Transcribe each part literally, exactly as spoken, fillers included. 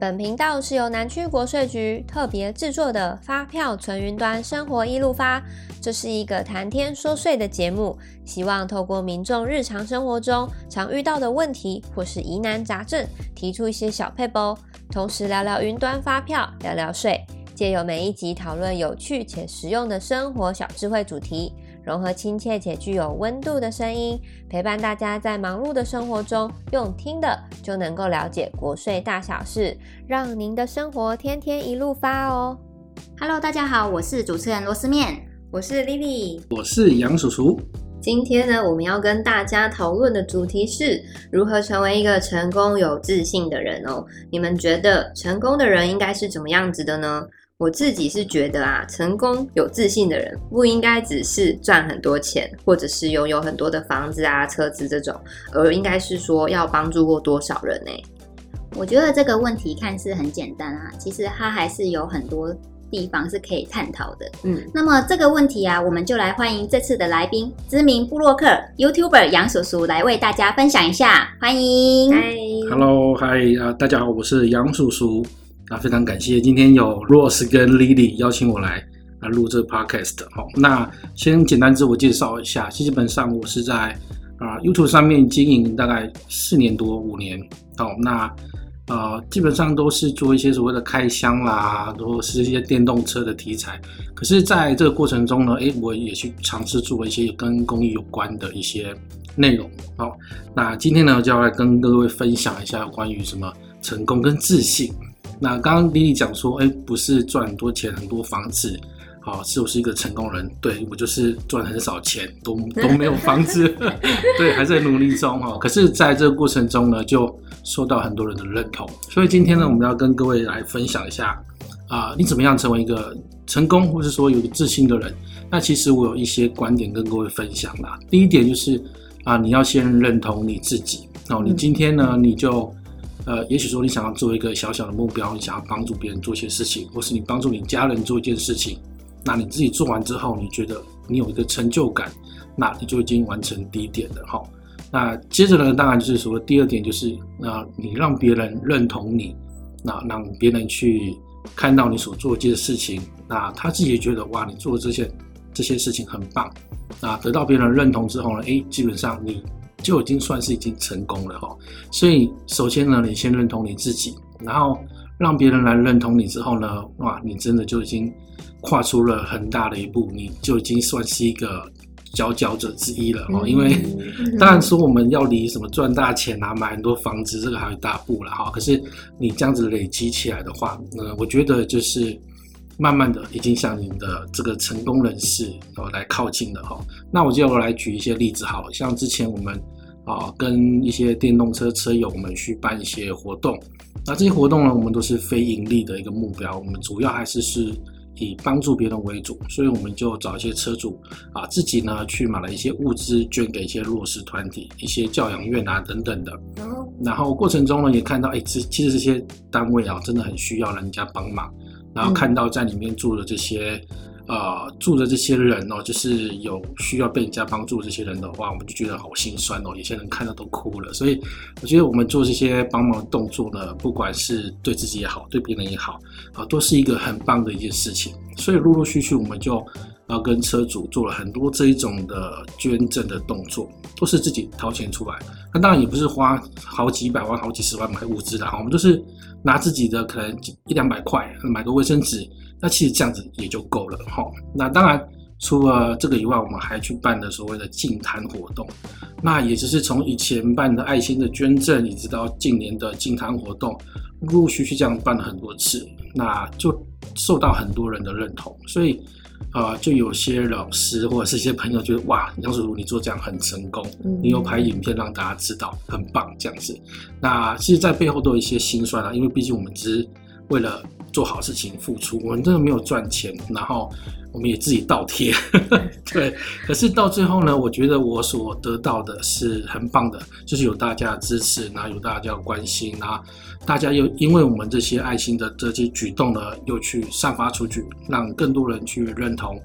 本频道是由南区国税局特别制作的发票存云端生活一路发，这是一个谈天说税的节目，希望透过民众日常生活中常遇到的问题或是疑难杂症，提出一些小撇步，同时聊聊云端发票，聊聊税，借由每一集讨论有趣且实用的生活小智慧主题，融合亲切且具有温度的声音，陪伴大家在忙碌的生活中用听的就能够了解国税大小事，让您的生活天天一路发哦。 Hello， 大家好，我是主持人螺丝面， 我是 Lily， 我是杨叔叔。 今天呢，我们要跟大家讨论的主题是如何成为一个成功有自信的人哦。你们觉得成功的人应该是怎么样子的呢？我自己是觉得啊，成功有自信的人不应该只是赚很多钱，或者是拥有很多的房子啊、车子这种，而应该是说要帮助过多少人呢？ 我觉得这个问题看似很简单啊，其实它还是有很多地方是可以探讨的。嗯，那么这个问题啊，我们就来欢迎这次的来宾，知名部落客 YouTuber 杨叔叔来为大家分享一下，欢迎。 嗨 Hello， 嗨、啊、大家好，我是杨叔叔。啊，非常感谢今天有 Rose 跟 Lily 邀请我来啊录这个 podcast。好，那先简单自我介绍一下，基本上我是在啊 YouTube 上面经营大概四年多五年。好，那呃基本上都是做一些所谓的开箱啦，或是一些电动车的题材。可是在这个过程中呢，诶我也去尝试做一些跟公益有关的一些内容。好，那今天呢就要来跟各位分享一下关于什么成功跟自信。那刚刚 Lily 讲说，哎，不是赚很多钱、很多房子，好，是我是一个成功人。对，我就是赚很少钱，都都没有房子，对，还在努力中哈。可是在这个过程中呢，就受到很多人的认同。所以今天呢，我们要跟各位来分享一下啊、呃，你怎么样成为一个成功，或是说有一个自信的人？那其实我有一些观点跟各位分享啦。第一点就是啊、呃，你要先认同你自己哦。你今天呢，你就呃，也许说你想要做一个小小的目标，你想要帮助别人做一些事情，或是你帮助你家人做一件事情，那你自己做完之后，你觉得你有一个成就感，那你就已经完成第一点了哈。那接着呢，当然就是所谓第二点，就是呃，你让别人认同你，那让别人去看到你所做的这些事情，那他自己也觉得哇，你做的这些这些事情很棒，那得到别人认同之后呢，诶，基本上你就已经算是已经成功了哈。所以首先呢，你先认同你自己，然后让别人来认同你之后呢，哇，你真的就已经跨出了很大的一步，你就已经算是一个佼佼者之一了哈。因为当然说我们要离什么赚大钱啊、买很多房子，这个还有一大步了哈。可是你这样子累积起来的话，呃，我觉得就是慢慢的已经向你的这个成功人士来靠近了哈。那我就来举一些例子好了，像之前我们啊跟一些电动车车友我们去办一些活动，那这些活动呢，我们都是非盈利的一个目标，我们主要还是是以帮助别人为主，所以我们就找一些车主啊自己呢去买了一些物资捐给一些弱势团体、一些教养院啊等等的。然后过程中呢也看到，哎，其实这些单位啊真的很需要人家帮忙。然后看到在里面住的这些，呃，住的这些人哦，就是有需要被人家帮助的这些人的话，我们就觉得好心酸哦。有些人看到都哭了。所以我觉得我们做这些帮忙的动作呢，不管是对自己也好，对别人也好，啊，都是一个很棒的一件事情。所以陆陆续续我们就呃跟车主做了很多这一种的捐赠的动作，都是自己掏钱出来。那当然也不是花好几百万、好几十万买物资啦，我们都是拿自己的可能一两百块买个卫生纸，那其实这样子也就够了哈。那当然除了这个以外，我们还去办了所谓的净滩活动，那也就是从以前办的爱心的捐赠，一直到近年的净滩活动，陆陆续续这样办了很多次，那就受到很多人的认同，所以呃，就有些老师或者是一些朋友觉得哇，杨叔叔你做这样很成功，你有拍影片让大家知道，很棒这样子。那其实在背后都有一些辛酸啊，因为毕竟我们只是为了做好事情付出，我们真的没有赚钱，然后我们也自己倒贴对。可是到最后呢，我觉得我所得到的是很棒的，就是有大家的支持，然后有大家的关心，然后大家又因为我们这些爱心的这些举动呢，又去散发出去，让更多人去认同，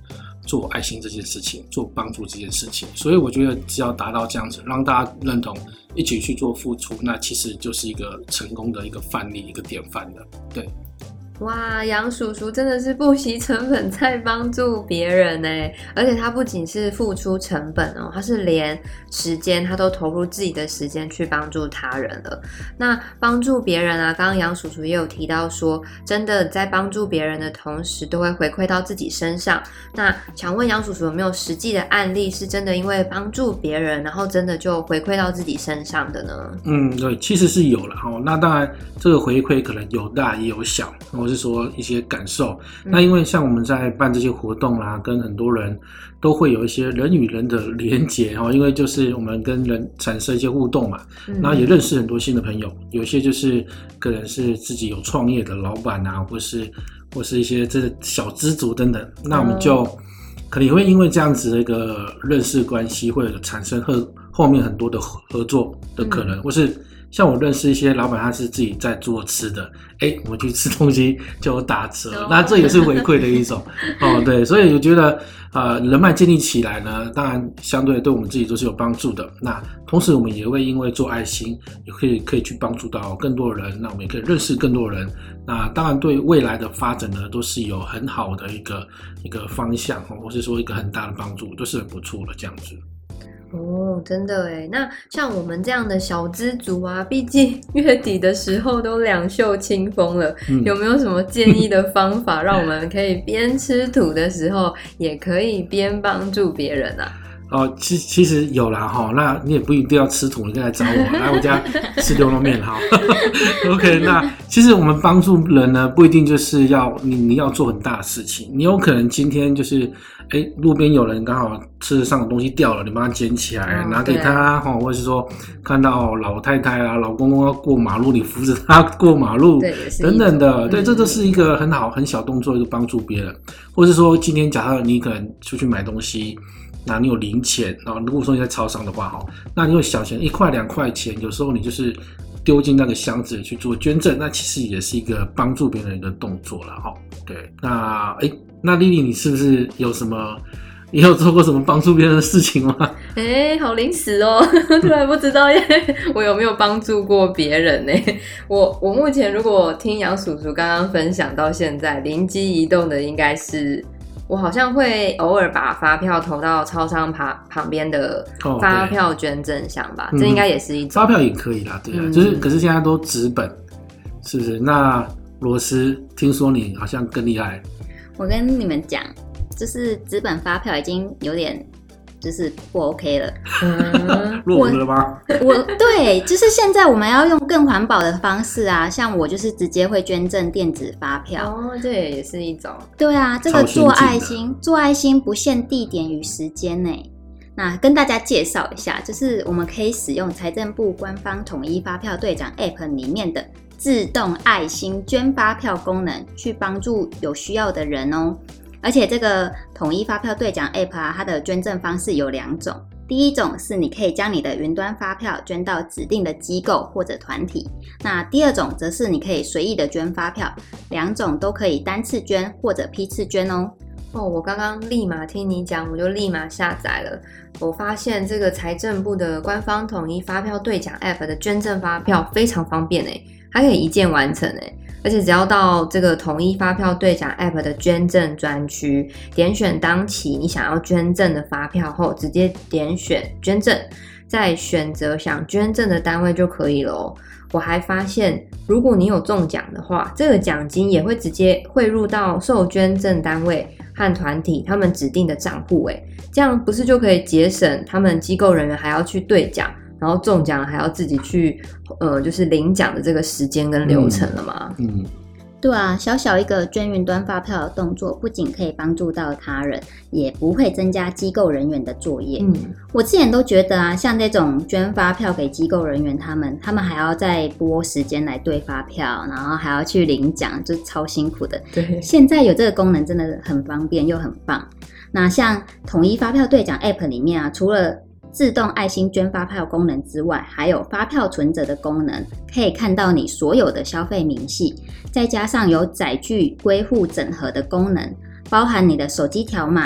做爱心这件事情，做帮助这件事情。所以我觉得只要达到这样子，让大家认同，一起去做付出，那其实就是一个成功的一个范例，一个典范的。对。 哇，杨叔叔真的是不惜成本在帮助别人耶，而且他不仅是付出成本哦，他是连时间他都投入自己的时间去帮助他人了。那帮助别人啊，刚刚杨叔叔也有提到说，真的在帮助别人的同时都会回馈到自己身上。那想问杨叔叔有没有实际的案例是真的因为帮助别人，然后真的就回馈到自己身上的呢？嗯， 对，其实是有了齁。那当然这个回馈可能有大也有小，或是说一些感受。那因为像我们在办这些活动啦，跟很多人都会有一些人与人的连结齁，因为就是我们跟人产生一些互动嘛，然后也认识很多新的朋友，有些就是可能是自己有创业的老板啊，或是或是一些这小资族等等，那我们就可能也会因为这样子的一个认识关系，会产生后后面很多的合作的可能，嗯、或是像我认识一些老板，他是自己在做吃的，哎，我们去吃东西就有打折，哦、那这也是回馈的一种哦，对，所以我觉得呃人脉建立起来呢，当然相对对我们自己都是有帮助的。那同时我们也会因为做爱心，也可以可以去帮助到更多的人，那我们也可以认识更多的人。那当然对未来的发展呢，都是有很好的一个一个方向，或是说一个很大的帮助，都是很不错的这样子。 哦，真的耶。那像我们这样的小资族啊，毕竟月底的时候都两袖清风了，嗯、有没有什么建议的方法，让我们可以边吃土的时候，也可以边帮助别人啊？ 哦，其其实有啦齁，那你也不一定要吃土，你可以来找我，来我家吃牛肉面哈。OK， 那其实我们帮助人呢，不一定就是要你你要做很大的事情，你有可能今天就是，哎，路边有人刚好吃上的东西掉了，你帮他捡起来，哦、拿给他齁，或者是说看到老太太啊、老公公要过马路，你扶着他过马路，等等的，对，这都是一个很好很小动作，一个帮助别人，或者是说今天假设你可能出去买东西。那你有零钱，然后如果说你在超商的话，那你有小钱一块两块钱，有时候你就是丢进那个箱子去做捐赠，那其实也是一个帮助别人的一个动作了哈。对，那哎，那莉莉你是不是有什么，你有做过什么帮助别人的事情吗？ 哎，好临时哦，突然不知道耶，我有没有帮助过别人呢？我我目前如果听杨叔叔刚刚分享到现在，灵机一动的应该是。我好像会偶尔把发票投到超商旁旁边的发票捐赠箱吧，哦、这应该也是一种。 发票也可以啦，对啊，嗯、就是可是现在都纸本，是不是？那罗斯，听说你好像更厉害。 我跟你们讲，就是纸本发票已经有点。就是不 OK 了， 嗯、落伍了吗？ 我对，就是现在我们要用更环保的方式啊，像我就是直接会捐赠电子发票， 哦，这也是一种。 对啊，这个做爱心，做爱心不限地点与时间呢。那跟大家介绍一下，就是我们可以使用财政部官方统一发票兑奖 App 里面的自动爱心捐发票功能，去帮助有需要的人哦。而且这个统一发票兑奖 App 啊，它的捐赠方式有两种。第一种是你可以将你的云端发票捐到指定的机构或者团体，那第二种则是你可以随意的捐发票，两种都可以单次捐或者批次捐哦。 哦，我刚刚立马听你讲，我就立马下载了。我发现这个财政部的官方统一发票兑奖 App 的捐赠发票非常方便诶，它可以一键完成诶。而且只要到这个统一发票兑奖 App 的捐赠专区，点选当期你想要捐赠的发票后，直接点选捐赠，再选择想捐赠的单位就可以了哦。我还发现，如果你有中奖的话，这个奖金也会直接汇入到受捐赠单位和团体他们指定的账户，诶，这样不是就可以节省他们机构人员还要去兑奖，然后中奖还要自己去呃，就是领奖的这个时间跟流程了吗？ 嗯，嗯对啊，小小一个捐云端发票的动作，不仅可以帮助到他人，也不会增加机构人员的作业。嗯，我之前都觉得啊，像这种捐发票给机构人员，他们他们还要再拨时间来对发票，然后还要去领奖，就超辛苦的。 对， 现在有这个功能真的很方便又很棒。那像统一发票兑奖 App 里面啊，除了自动爱心捐发票功能之外，还有发票存折的功能，可以看到你所有的消费明细，再加上有载具归户整合的功能，包含你的手机条码、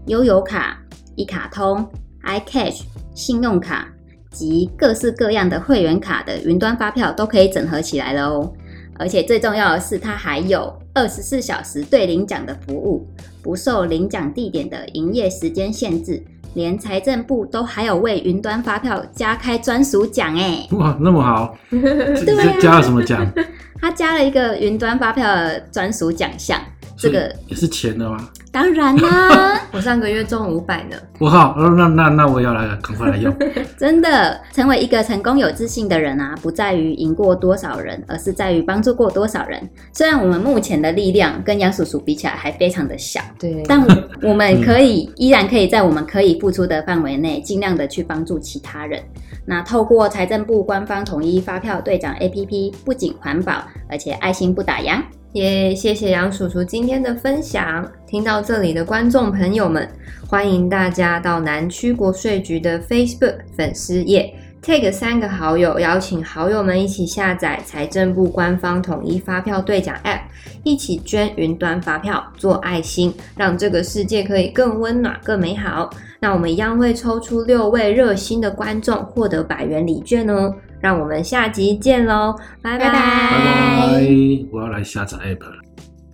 悠游卡、一卡通、iCash、信用卡及各式各样的会员卡的云端发票都可以整合起来了哦。而且最重要的是，它还有二十四小时对领奖的服务，不受领奖地点的营业时间限制，连财政部都还有为云端发票加开专属奖哎！ 哇，那么好， 对啊， 加了什么奖？ 他加了一个云端发票的专属奖项，这个也是钱的吗？ 当然啦、啊， 我上个月中五百呢。 我靠，那那那我也要来，赶快来用。 真的，成为一个成功有自信的人啊，不在于赢过多少人，而是在于帮助过多少人。虽然我们目前的力量跟杨叔叔比起来还非常的小， 对， 但我们可以、嗯、依然可以在我们可以付出的范围内，尽量的去帮助其他人。那透过财政部官方统一发票兑奖 A P P， 不仅环保，而且爱心不打烊。 也、yeah, 谢谢杨叔叔今天的分享。听到这里的观众朋友们，欢迎大家到南区国税局的 Facebook 粉丝页 tag 三个好友，邀请好友们一起下载财政部官方统一发票兑奖 App， 一起捐云端发票做爱心，让这个世界可以更温暖更美好。那我们一样会抽出六位热心的观众获得百元礼券哦。让我们下集见咯，拜拜拜拜！ 我要来下载 App 了。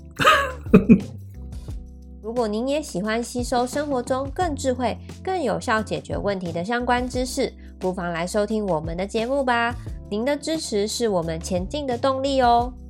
如果您也喜欢吸收生活中更智慧、更有效解决问题的相关知识，不妨来收听我们的节目吧。您的支持是我们前进的动力哦。